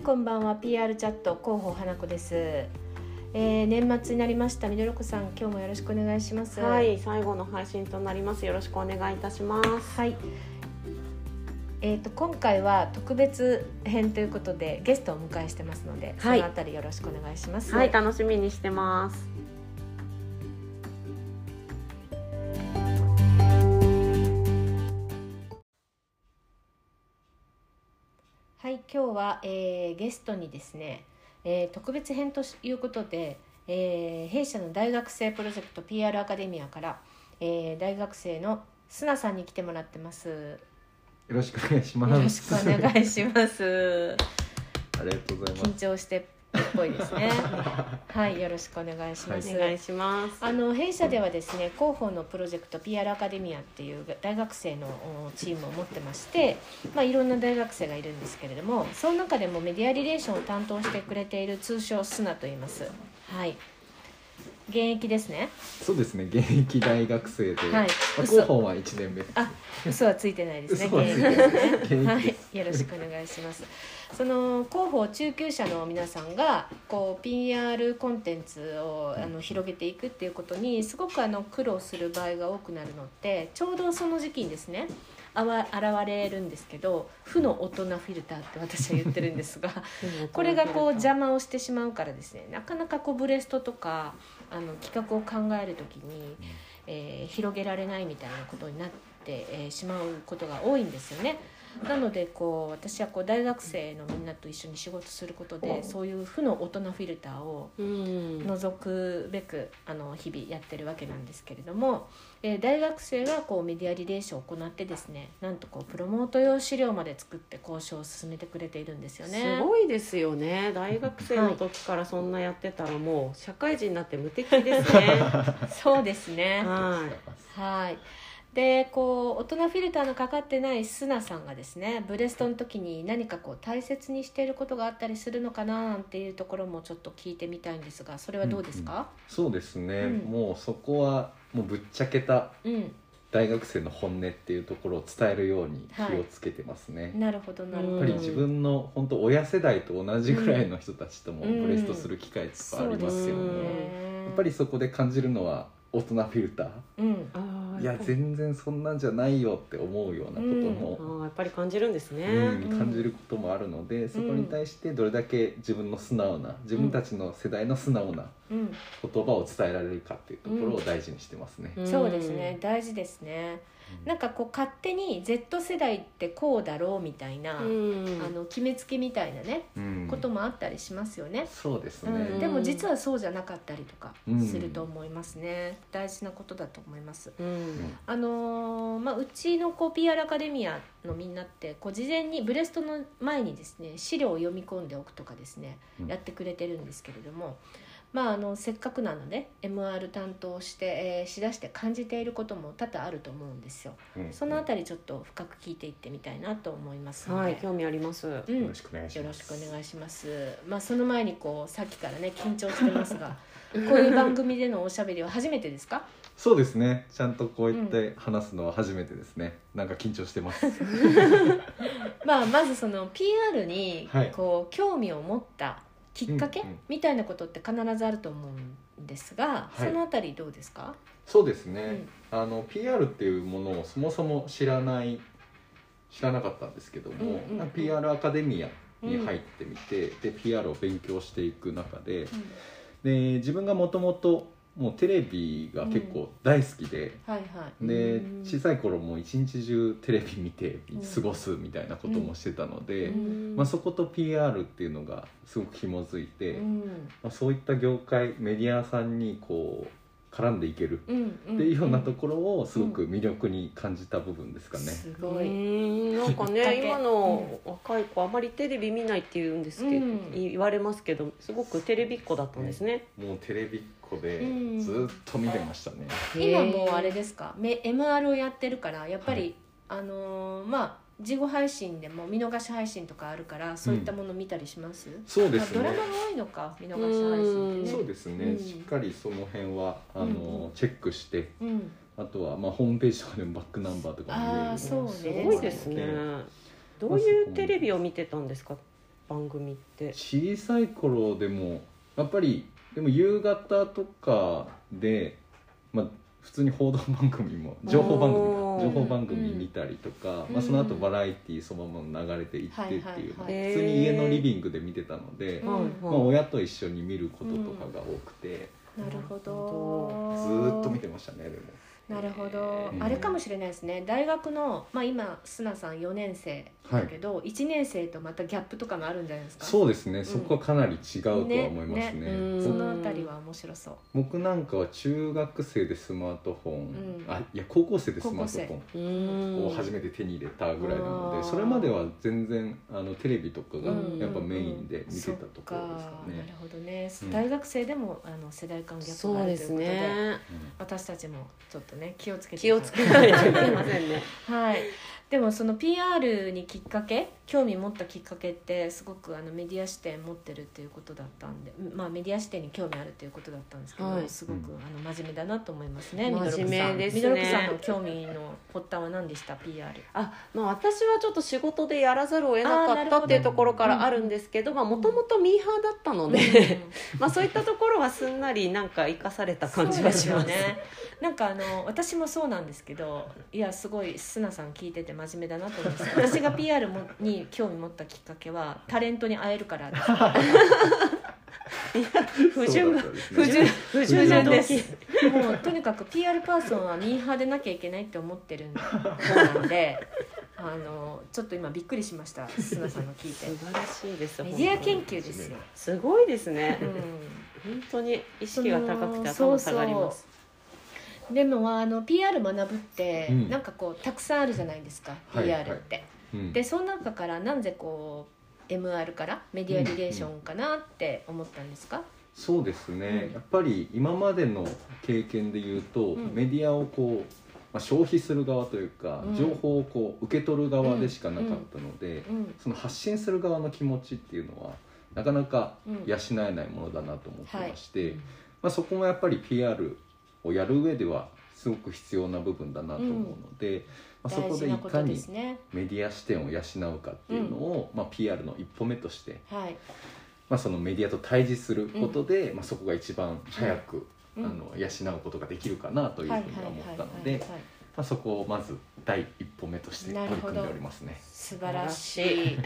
こんばんは。 PR チャット広報花子です。年末になりました。みどろこさん、今日もよろしくお願いします。 はい、最後の配信となります。よろしくお願いいたします。 はい。今回は特別編ということでゲストをお迎えしてますので、 はい、 そのあたりよろしくお願いします。 はい、楽しみにしてます。 はい、今日は、ゲストにですね、特別編ということで、弊社の大学生プロジェクト PR アカデミアから、大学生のスナさんに来てもらってます。 よろしくお願いします。 よろしくお願いします。 ありがとうございます。 緊張してっぽいですね。はい、よろしくお願いします。 お願いします。 弊社ではですね、広報のプロジェクト PR アカデミアっていう大学生のチームを持ってまして、いろんな大学生がいるんですけれども、その中でもメディアリレーションを担当してくれている通称スナと言います。はい。現役ですね。 そうですね、現役大学生で、 はい、 広報は1年目です。 嘘はついてないですね。 嘘はついてない現役ですね。はい、よろしくお願いします。その広報中級者の皆さんがこう PR コンテンツを広げていくっていうことにすごく苦労する場合が多くなるのって、ちょうどその時期にですね現れるんですけど、負の大人フィルターって私は言ってるんですがこれがこう邪魔をしてしまうからですね、なかなかこうブレストとか企画を考えるときに、広げられないみたいなことになって、しまうことが多いんですよね。なので私は大学生のみんなと一緒に仕事することで、そういう負の大人フィルターを除くべく日々やってるわけなんですけれども、大学生がメディアリレーションを行ってですね、なんとプロモート用資料まで作って交渉を進めてくれているんですよね。 すごいですよね。大学生の時からそんなやってたらもう社会人になって無敵ですね。 そうですね。 はい。 で大人フィルターのかかってないスナさんがですね、ブレストの時に何か大切にしていることがあったりするのかななんていうところもちょっと聞いてみたいんですが、それはどうですか？ そうですね、もうそこはもうぶっちゃけた大学生の本音っていうところを伝えるように気をつけてますね。 なるほどなるほど。 やっぱり自分の本当親世代と同じぐらいの人たちともブレストする機会とかありますよね。やっぱりそこで感じるのは大人フィルター、いや全然そんなんじゃないよって思うようなことも、 やっぱり感じるんですね。 感じることもあるので、そこに対してどれだけ自分の素直な、自分たちの世代の素直な言葉を伝えられるかっていうところを大事にしてますね。 そうですね、大事ですね。なんか勝手に Z 世代ってこうだろうみたいな、決めつけみたいなね、こともあったりしますよね。 そうですね、 でも実はそうじゃなかったりとかすると思いますね。大事なことだと思います。うちのPR アカデミアのみんなって事前にブレストの前にですね資料を読み込んでおくとかですね、やってくれてるんですけれども、せっかくなので MR 担当して、しだして感じていることも多々あると思うんですよ。そのあたりちょっと深く聞いていってみたいなと思いますので、 はい、興味あります。 よろしくお願いします。 よろしくお願いします。その前にさっきからね緊張してますがこういう番組でのおしゃべりは初めてですか？ そうですね、ちゃんとこうやって話すのは初めてですね。なんか緊張してますまずその PR に興味を持ったきっかけみたいなことって必ずあると思うんですが、そのあたりどうですか？ そうですね、PR っていうものをそもそも知らなかったんですけども、PR アカデミアに入ってみて、で PR を勉強していく中で、で自分がもともともうテレビが結構大好きで、で小さい頃も一日中テレビ見て過ごすみたいなこともしてたので、そこと PR っていうのがすごく紐づいて、そういった業界メディアさんに絡んでいけるっていうようなところをすごく魅力に感じた部分ですかね。 すごい。 なんかね、今の若い子あまりテレビ見ないって言うんですけど、言われますけど、すごくテレビっ子だったんですね。 もうテレビっ子でずっと見てましたね。 今もうあれですか、MR をやってるからやっぱり、事後配信でも見逃し配信とかあるから、そういったもの見たりします？ そうですね、 ドラマが多いのか、見逃し配信ってね。 そうですね、しっかりその辺はチェックして、あとはホームページとかでもバックナンバーとかも見れる。 そうね、 すごいですね。どういうテレビを見てたんですか？ 番組って。 小さい頃でもやっぱりでも夕方とかで、普通に報道番組も情報番組見たりとか、その後バラエティーそのまま流れていってっていうのを普通に家のリビングで見てたので、親と一緒に見ることとかが多くて、 なるほど。 ずーっと見てましたね。でもなるほど、あれかもしれないですね。大学の、今須奈さん4年生だけど、1年生とまたギャップとかもあるんじゃないですか。 そうですね、そこはかなり違うとは思いますね。 そのあたりは面白そう。 僕なんかは中学生でスマートフォン、高校生でスマートフォンを初めて手に入れたぐらいなので、それまでは全然テレビとかがやっぱメインで見てたところですかね。 なるほどね。大学生でも世代間ギャップがあるということで、私たちもちょっとね気をつけないといけませんね。はい。でもその PR に興味持ったきっかけってすごくメディア視点持ってるっていうことだったんで、メディア視点に興味あるっていうことだったんですけど、すごく真面目だなと思いますね。 真面目ですね。 ミドルクさんの興味の発端は何でした PR？ 私はちょっと仕事でやらざるを得なかったっていうところからあるんですけど、もともとミーハーだったので、そういったところはすんなりなんか生かされた感じがしますね。 なんか私もそうなんですけど、いやすごい須奈さん聞いてて真面目だなと思います。私が PR に興味持ったきっかけはタレントに会えるからです。 不純です。 もうとにかく PR パーソンはミーハーでなきゃいけないって思ってる方なんでちょっと今びっくりしました。須奈さんの聞いて。 素晴らしいです。 メディア研究ですよ。 すごいですね。本当に意識が高くて頭下がります。 でもPR 学ぶって、なんかこうたくさんあるじゃないですか、PR って、でその中からなんでこう MR からメディアリレーションかなって思ったんですか？ そうですね、やっぱり今までの経験で言うと、メディアをこう、消費する側というか、情報をこう受け取る側でしかなかったので、その発信する側の気持ちっていうのはなかなか養えないものだなと思ってまして、そこもやっぱり PRをやる上ではすごく必要な部分だなと思うので、そこでいかにメディア視点を養うかっていうのを、PR の一歩目として、そのメディアと対峙することで、そこが一番早く、養うことができるかなというふうに思ったので、そこをまず第一歩目として取り組んでおりますね。 素晴らしい。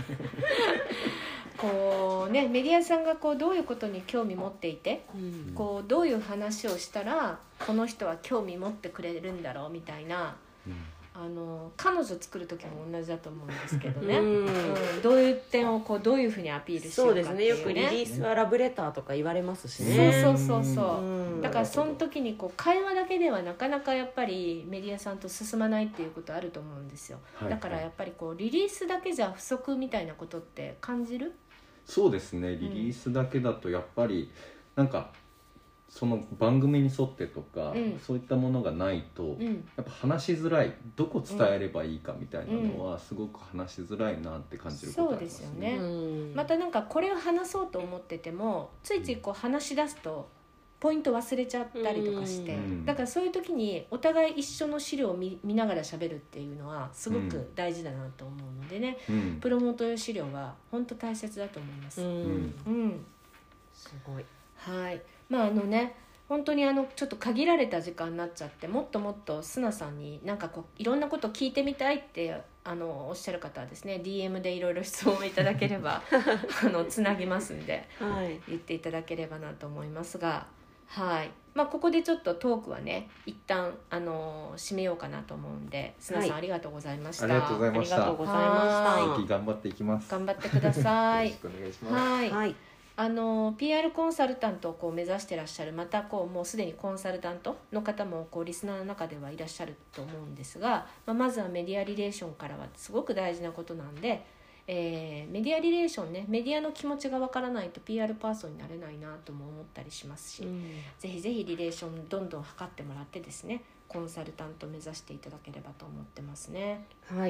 こうね、メディアさんがこうどういうことに興味持っていて、こうどういう話をしたらこの人は興味持ってくれるんだろうみたいな、彼女作る時も同じだと思うんですけどね、どういう点をこうどういうふうにアピールしようかっていうね。 そうですね、よくリリースはラブレターとか言われますしね。 そうだからその時にこう会話だけではなかなかやっぱりメディアさんと進まないっていうことあると思うんですよ。だからやっぱりこうリリースだけじゃ不足みたいなことって感じる？ そうですね、リリースだけだとやっぱりなんかその番組に沿ってとか、そういったものがないと、やっぱ話しづらい、どこ伝えればいいかみたいなのはすごく話しづらいなって感じることありますね。 そうですよね。またなんかこれを話そうと思っててもついついこう話し出すとポイント忘れちゃったりとかして、だからそういう時にお互い一緒の資料を見ながら喋るっていうのはすごく大事だなと思うのでね、プロモート用資料は本当大切だと思います。 すごい。 はい。本当にちょっと限られた時間になっちゃって、もっともっと須奈さんになんかこういろんなこと聞いてみたいっておっしゃる方はですね、 DM でいろいろ質問いただければつなぎますんで、言っていただければなと思いますが、ここでちょっとトークはね一旦締めようかなと思うんで、須奈さん、ありがとうございました。 ありがとうございました。頑張っていきます。 頑張ってください。 よろしくお願いします。 PR コンサルタントをこう目指してらっしゃる、またこうもうすでにコンサルタントの方もこうリスナーの中ではいらっしゃると思うんですが、まずはメディアリレーションからはすごく大事なことなんで、メディアリレーションね、メディアの気持ちがわからないと PR パーソンになれないなとも思ったりしますし、ぜひぜひリレーションどんどん測ってもらってですね、コンサルタント目指していただければと思ってますね。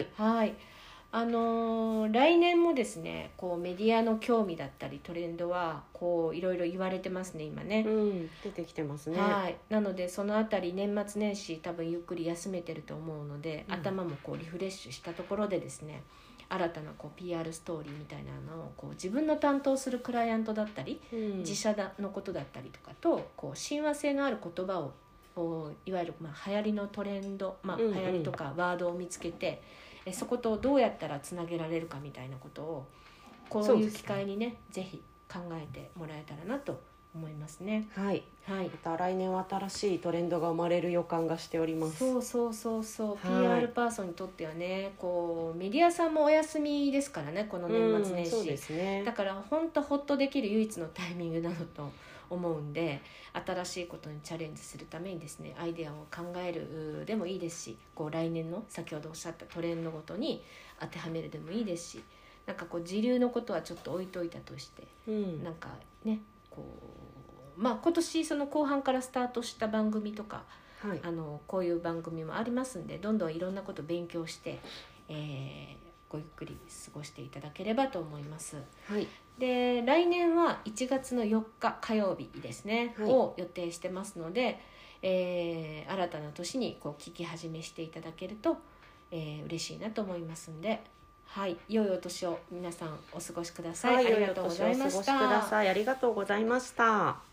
来年もですね、こうメディアの興味だったりトレンドはこういろいろ言われてますね今ね、 出てきてますね。 なのでそのあたり年末年始多分ゆっくり休めてると思うので、頭もこうリフレッシュしたところでですね、 新たなこう PR ストーリーみたいなのをこう自分の担当するクライアントだったり、自社のことだったりとかとこう親和性のある言葉をいわゆる流行りのトレンド、流行りとかワードを見つけて、そことどうやったらつなげられるかみたいなことをこういう機会にねぜひ考えてもらえたらなと思いますね。 はい、 はい、 また来年は新しいトレンドが生まれる予感がしております。 そう、PR パーソンにとってはねこうメディアさんもお休みですからねこの年末年始、 そうですね。 だから本当ホッとできる唯一のタイミングなのと思うんで、新しいことにチャレンジするためにですねアイデアを考えるでもいいですし、こう来年の先ほどおっしゃったトレンドごとに当てはめるでもいいですし、なんかこう時流のことはちょっと置いといたとして、なんかねこう今年その後半からスタートした番組とか、 はい、 こういう番組もありますんで、どんどんいろんなことを勉強して、ごゆっくり過ごしていただければと思います。 はい、 で来年は1月の4日火曜日ですね、 はい、 を予定してますので、新たな年にこう聞き始めしていただけると、嬉しいなと思いますんで、はい、良いお年を皆さんお過ごしください。 はい、 ありがとうございました。 良いお年をお過ごしください。ありがとうございました。